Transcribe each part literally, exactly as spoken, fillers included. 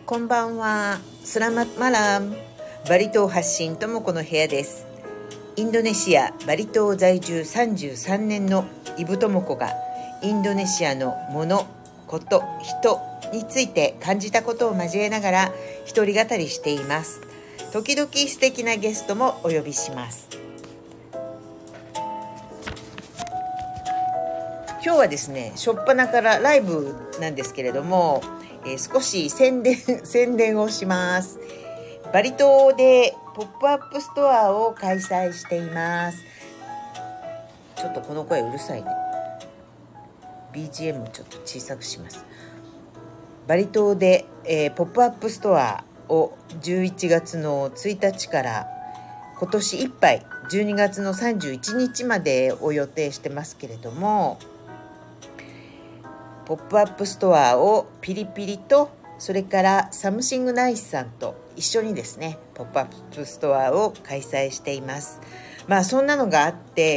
こんばんは。スラマッマラム。バリ島発信ともこの部屋です。インドネシアバリ島在住さんじゅうさんねんのイブトモコがインドネシアのもの、こと、人について感じたことを交えながら一人語りしています。時々素敵なゲストもお呼びします。今日はですね、初っ端からライブなんですけれども、えー、少し宣伝宣伝をします。バリ島でポップアップストアを開催しています。ちょっとこの声うるさいね。 ビージーエム をちょっと小さくします。バリ島で、えー、ポップアップストアをじゅういちがつのついたちから今年いっぱいじゅうにがつのさんじゅういちにちまでを予定してますけれども、ポップアップストアをピリピリと、それからサムシングナイスさんと一緒にですね、ポップアップストアを開催しています。まあそんなのがあって、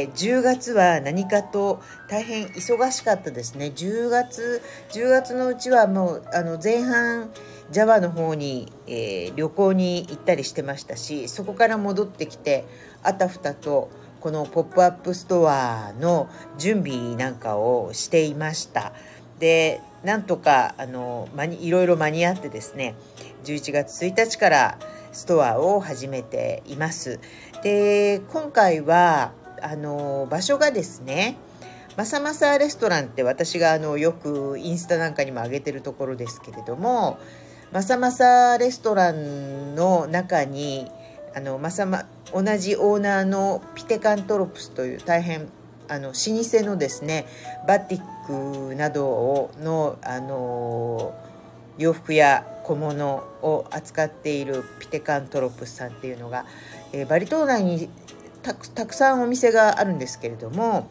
じゅうがつは何かと大変忙しかったですね。じゅうがつじゅうがつのうちはもうあの前半ジャワの方に、えー、旅行に行ったりしてましたし、そこから戻ってきてあたふたとこのポップアップストアの準備なんかをしていました。で、なんとかあのいろいろ間に合ってですね、じゅういちがつついたちからストアを始めています。で、今回はあの場所がですね、マサマサレストランって私があのよくインスタなんかにも上げてるところですけれども、マサマサレストランの中にあのマサマ同じオーナーのピテカントロプスという大変あの老舗のですね、バティックなどをの、あの洋服や小物を扱っているピテカントロプスさんっていうのが、えー、バリ島内にたく、たくさんお店があるんですけれども、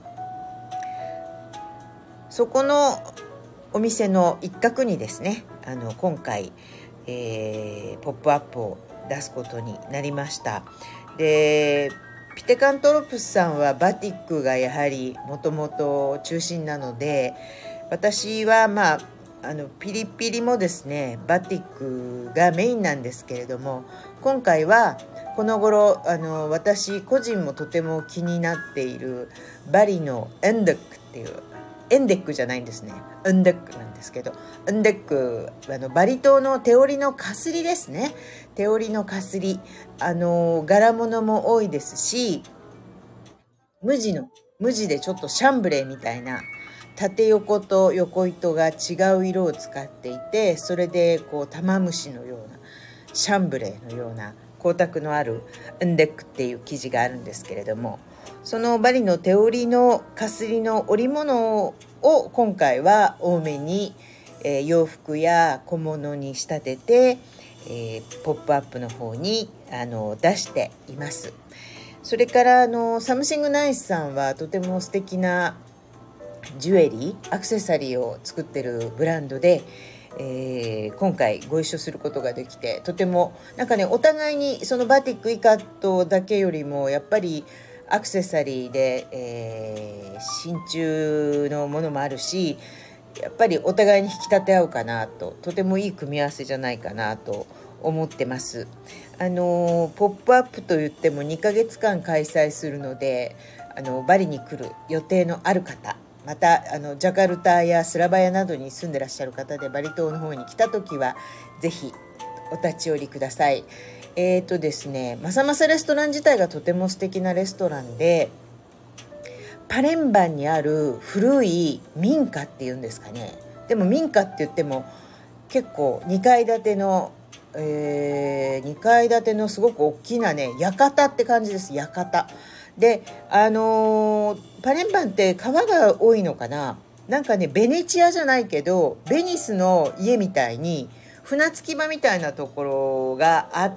そこのお店の一角にですね、あの今回、えー、ポップアップを出すことになりました。で、ピテカントロプスさんはバティックがやはりもともと中心なので、私はまああのピリピリもですねバティックがメインなんですけれども、今回はこの頃あの私個人もとても気になっているバリのエンデックっていう、エンデックじゃないんですね、エンデックなんですけど、エンデックあのバリ島の手織りのかすりですね。手織りのかすり、あの柄物も多いですし、無地の無地でちょっとシャンブレーみたいな縦横と横糸が違う色を使っていて、それでこう玉虫のようなシャンブレーのような光沢のあるエンデックっていう生地があるんですけれども、そのバリの手織りのかすりの織物を今回は多めに、えー、洋服や小物に仕立てて、えー、ポップアップの方にあの出しています。それからあのサムシングナイスさんはとても素敵なジュエリーアクセサリーを作ってるブランドで、えー、今回ご一緒することができて、とてもなんかね、お互いにそのバティックイカットだけよりもやっぱりアクセサリーで、えー、真鍮のものもあるし、やっぱりお互いに引き立て合うかなと、とてもいい組み合わせじゃないかなと思ってます。あのポップアップといってもにかげつかん開催するので、あのバリに来る予定のある方、またあのジャカルタやスラバヤなどに住んでらっしゃる方でバリ島の方に来た時はぜひお立ち寄りください。えーとですね、マサマサレストラン自体がとても素敵なレストランで、パレンバンにある古い民家っていうんですかね。でも民家って言っても結構にかい建ての、えー、にかい建てのすごく大きなね、館って感じです。館で、あのー、パレンバンって川が多いのかな、なんかね、ベネチアじゃないけどベニスの家みたいに船着き場みたいなところがあって、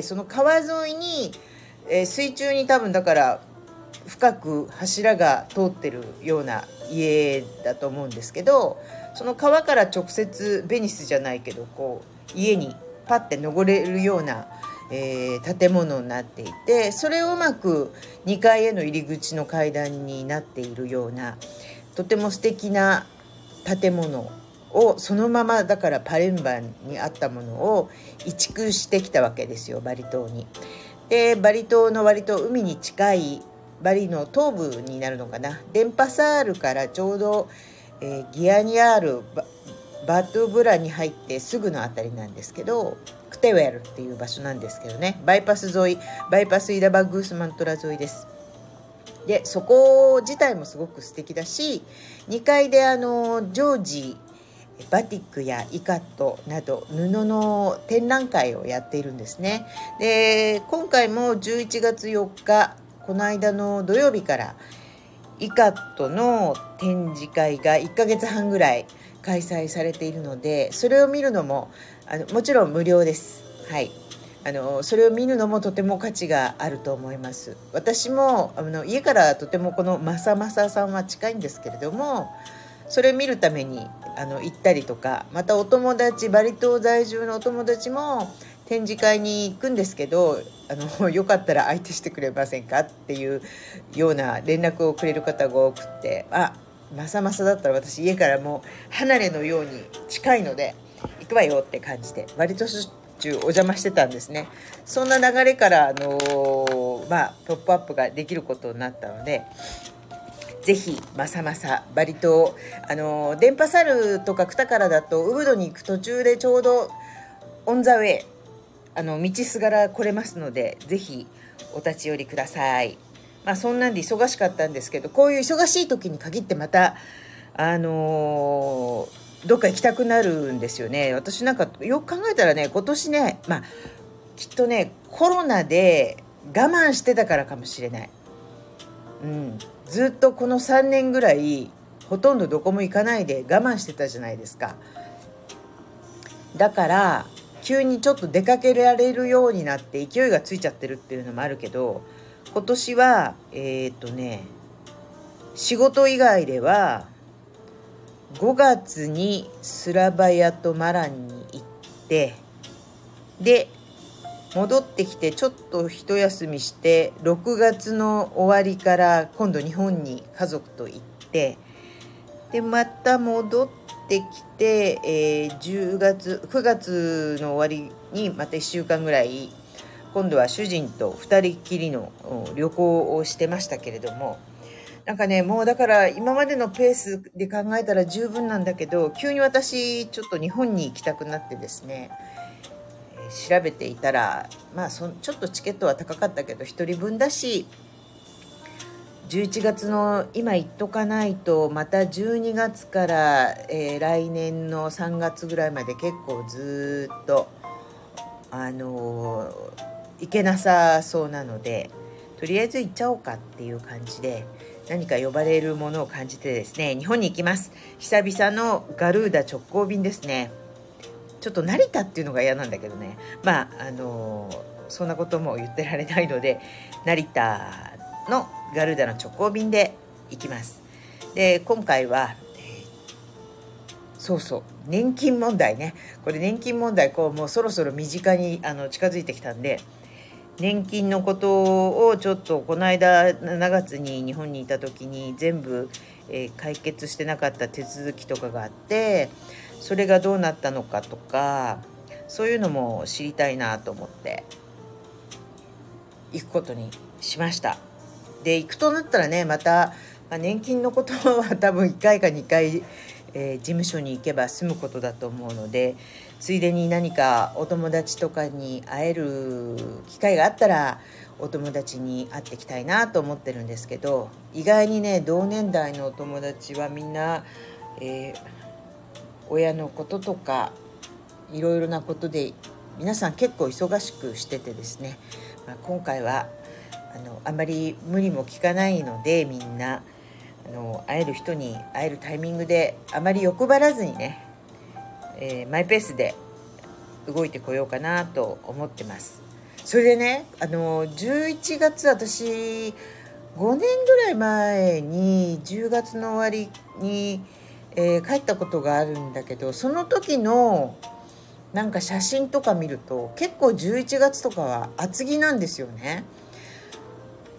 その川沿いに、えー、水中に多分だから深く柱が通ってるような家だと思うんですけど、その川から直接ベニスじゃないけどこう家にパッて登れるような、えー、建物になっていて、それをうまくにかいへの入り口の階段になっているようなとても素敵な建物をそのままだからパレンバにあったものを移築してきたわけですよ、バリ島に。でバリ島の割と海に近いバリの東部になるのかな、デンパサールからちょうど、えー、ギアニアール バ, バトゥブラに入ってすぐのあたりなんですけど、クテウェルっていう場所なんですけどね、バイパス沿い、バイパスイダバグースマントラ沿いです。でそこ自体もすごく素敵だし、にかいであのジョージバティックやイカットなど布の展覧会をやっているんですね。で今回もじゅういちがつよっか、この間の土曜日からイカットの展示会がいっかげつはんぐらい開催されているので、それを見るのもあのもちろん無料です。はい、あのそれを見るのもとても価値があると思います。私もあの家からとてもこのまさまささんは近いんですけれども、それを見るためにあの行ったりとか、またお友達、バリ島在住のお友達も展示会に行くんですけど、あのよかったら相手してくれませんかっていうような連絡をくれる方が多くて、あ、まさまさだったら私家からもう離れのように近いので行くわよって感じで割としょっちゅうお邪魔してたんですね。そんな流れからあの、まあ、ポップアップができることになったので、ぜひまさまさバリ島、あのデンパサルとかクタからだとウブドに行く途中でちょうどオンザウェイ、あの道すがら来れますので、ぜひお立ち寄りください。まあそんなんで忙しかったんですけど、こういう忙しい時に限ってまたあのー、どっか行きたくなるんですよね。私なんかよく考えたらね、今年ね、まあきっとねコロナで我慢してたからかもしれない。うん、ずっとこのさんねんぐらいほとんどどこも行かないで我慢してたじゃないですか。だから急にちょっと出かけられるようになって勢いがついちゃってるっていうのもあるけど、今年はえー、っとね仕事以外ではごがつにスラバヤとマランに行って、で戻ってきてちょっと一休みして、ろくがつの終わりから今度日本に家族と行って、でまた戻ってきて、えー、じゅうがつくがつの終わりにまたいっしゅうかんぐらい今度は主人とふたりきりの旅行をしてましたけれども、なんかねもうだから今までのペースで考えたら十分なんだけど、急に私ちょっと日本に行きたくなってですね、調べていたら、まあそちょっとチケットは高かったけどひとりぶんだし、じゅういちがつの今行っとかないとまたじゅうにがつから、えー、来年のさんがつぐらいまで結構ずっとあのー、行けなさそうなので、とりあえず行っちゃおうかっていう感じで、何か呼ばれるものを感じてですね、日本に行きます。久々のガルーダ直行便ですね。ちょっと成田っていうのが嫌なんだけどね、まああのそんなことも言ってられないので、成田のガルーダの直行便で行きます。で今回は、えー、そうそう年金問題ね、これ年金問題こうもうそろそろ身近にあの近づいてきたんで、年金のことをちょっとこの間しちがつに日本にいた時に全部、えー、解決してなかった手続きとかがあって、それがどうなったのかとか、そういうのも知りたいなと思って行くことにしました。で行くとなったらね、また、まあ、年金のことは多分いっかいかにかい、えー、事務所に行けば済むことだと思うので、ついでに何かお友達とかに会える機会があったらお友達に会ってきたいなと思ってるんですけど、意外にね同年代のお友達はみんな、えー、親のこととかいろいろなことで皆さん結構忙しくしててですね、まあ、今回はあのあまり無理も効かないので、みんなあの会える人に会えるタイミングであまり欲張らずにね、えー、マイペースで動いてこようかなと思ってます。それでね、あのじゅういちがつ私ごねんぐらい前にじゅうがつの終わりに、えー、帰ったことがあるんだけど、その時のなんか写真とか見ると結構じゅういちがつとかは厚着なんですよね。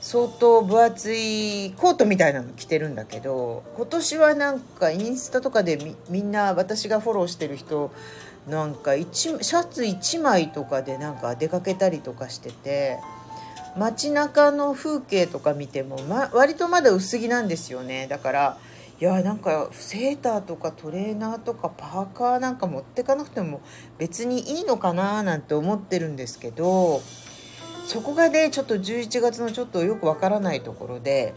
相当分厚いコートみたいなの着てるんだけど、今年はなんかインスタとかで み, みんな私がフォローしてる人なんかシャツいちまいとかでなんか出かけたりとかしてて、街中の風景とか見ても、ま、割とまだ薄着なんですよね。だからいやなんかセーターとかトレーナーとかパーカーなんか持ってかなくても別にいいのかななんて思ってるんですけど、そこがねちょっとじゅういちがつのちょっとよくわからないところで、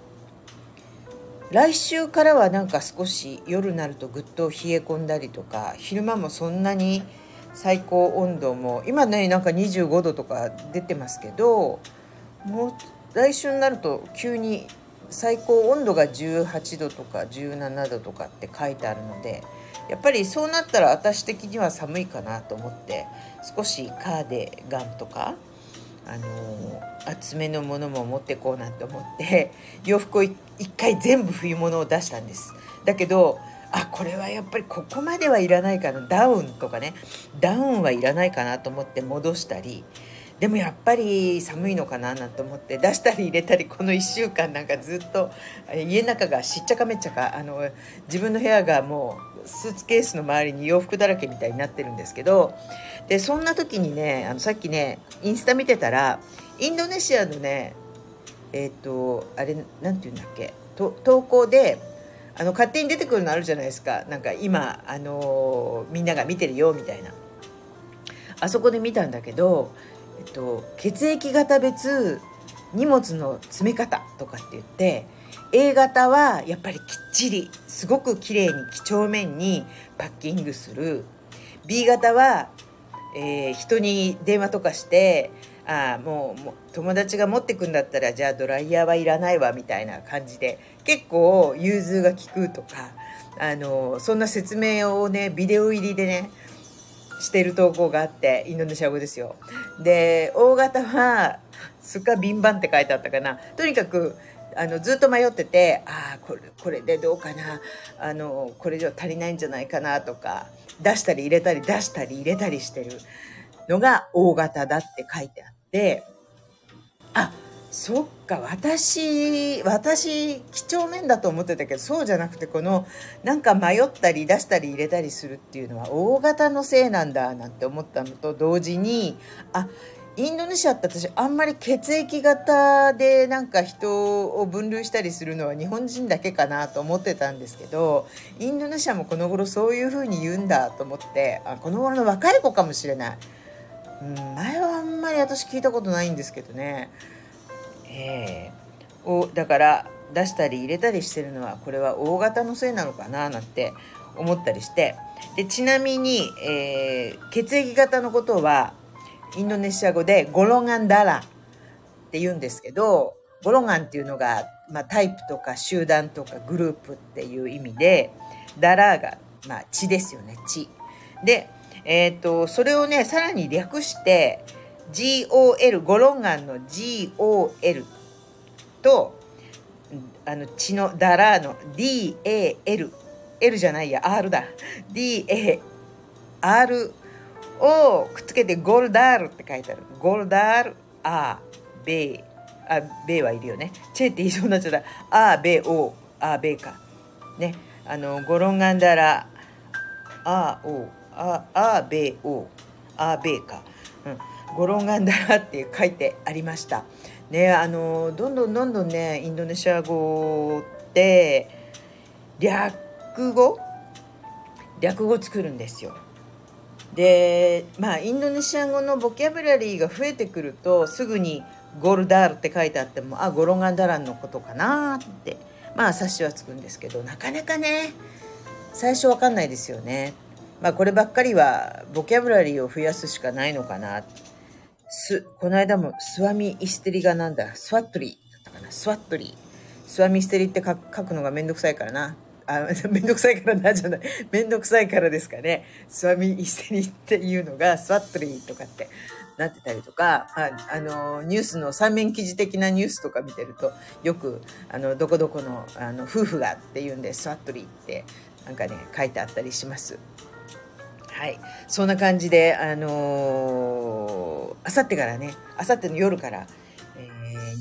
来週からはなんか少し夜になるとぐっと冷え込んだりとか、昼間もそんなに最高温度も今ねなんかにじゅうごどとか出てますけど、もう来週になると急に最高温度がじゅうはちどとかじゅうななどとかって書いてあるので、やっぱりそうなったら私的には寒いかなと思って、少しカーディガンとかあの厚めのものも持ってこうなんて思って洋服を一回全部冬物を出したんです。だけどあこれはやっぱりここまではいらないかな、ダウンとかね、ダウンはいらないかなと思って戻したり、でもやっぱり寒いのかななんて思って出したり入れたり、このいっしゅうかんなんかずっと家の中がしっちゃかめっちゃか、あの自分の部屋がもうスーツケースの周りに洋服だらけみたいになってるんですけど、でそんな時にねあのさっきねインスタ見てたらインドネシアのねえっ、ー、とあれなんていうんだっけと投稿であの勝手に出てくるのあるじゃないですか。なんか今あのみんなが見てるよみたいな、あそこで見たんだけど、えっと、血液型別荷物の詰め方とかって言って、 A 型はやっぱりきっちりすごくきれいに几帳面にパッキングする、 B 型は、えー、人に電話とかしてあもう、もう友達が持ってくんだったらじゃあドライヤーはいらないわみたいな感じで結構融通が利くとか、あのそんな説明をねビデオ入りでねしてる投稿があって、インドネシア語ですよ。で O 型はスカビンバンって書いてあったかな。とにかくあのずっと迷ってて、あこれこれでどうかな、あのこれじゃ足りないんじゃないかなとか、出したり入れたり出したり入れたりしてるのが O 型だって書いてあって、あそっか私私几帳面だと思ってたけどそうじゃなくて、このなんか迷ったり出したり入れたりするっていうのは O 型のせいなんだなんて思ったのと同時に、あインドネシアって私あんまり血液型でなんか人を分類したりするのは日本人だけかなと思ってたんですけど、インドネシアもこの頃そういう風に言うんだと思って、あこの頃の若い子かもしれない、うん、前はあんまり私聞いたことないんですけどね。えー、おだから出したり入れたりしてるのはこれは O 型のせいなのかななんて思ったりして、でちなみに、えー、血液型のことはインドネシア語でゴロンガンダラって言うんですけど、ゴロンガンっていうのが、まあ、タイプとか集団とかグループっていう意味で、ダラが、まあ、血ですよね、血で、えー、とそれをねさらに略してジーオーエル ゴロンガンの ジーオーエル とあの血のダラーの ディーエーエル L じゃないや R だ ディーエーアール をくっつけてゴルダールって書いてある。ゴルダールアーベイあベイはいるよね。チェって言いそうになっちゃった。アーベイオーアーベイかね、あのゴロンガンダラアーオーアーベイオーアーベイか、うんゴロンガンダラって書いてありましたね。あのどんどんどんどんねインドネシア語って略語略語作るんですよ。でまあインドネシア語のボキャブラリーが増えてくるとすぐにゴルダールって書いてあってもあゴロンガンダランのことかなってまあ察しはつくんですけど、なかなかね最初わかんないですよね。まあこればっかりはボキャブラリーを増やすしかないのかな。すこの間もスワミイステリがなんだスワットリーだったかな、スワットリースワミイステリって書くのがめんどくさいからなあめんどくさいからなじゃないめんどくさいからですかね。スワミイステリっていうのがスワットリーとかってなってたりとか、あ、あのニュースの三面記事的なニュースとか見てるとよくあのどこどこ の, あの夫婦がっていうんでスワットリーってなんかね書いてあったりします。はい、そんな感じであのー、あさってからねあさっての夜から、えー、日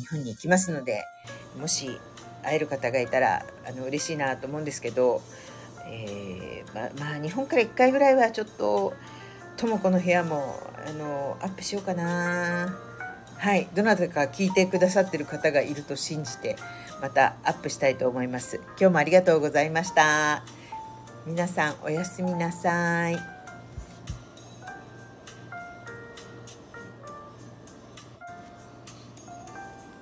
日本に行きますので、もし会える方がいたらあの嬉しいなと思うんですけど、えー、ま, まあ日本からいっかいぐらいはちょっとともこの部屋もあのアップしようかな。はい、どなたか聞いてくださってる方がいると信じてまたアップしたいと思います。今日もありがとうございました。皆さんおやすみなさい。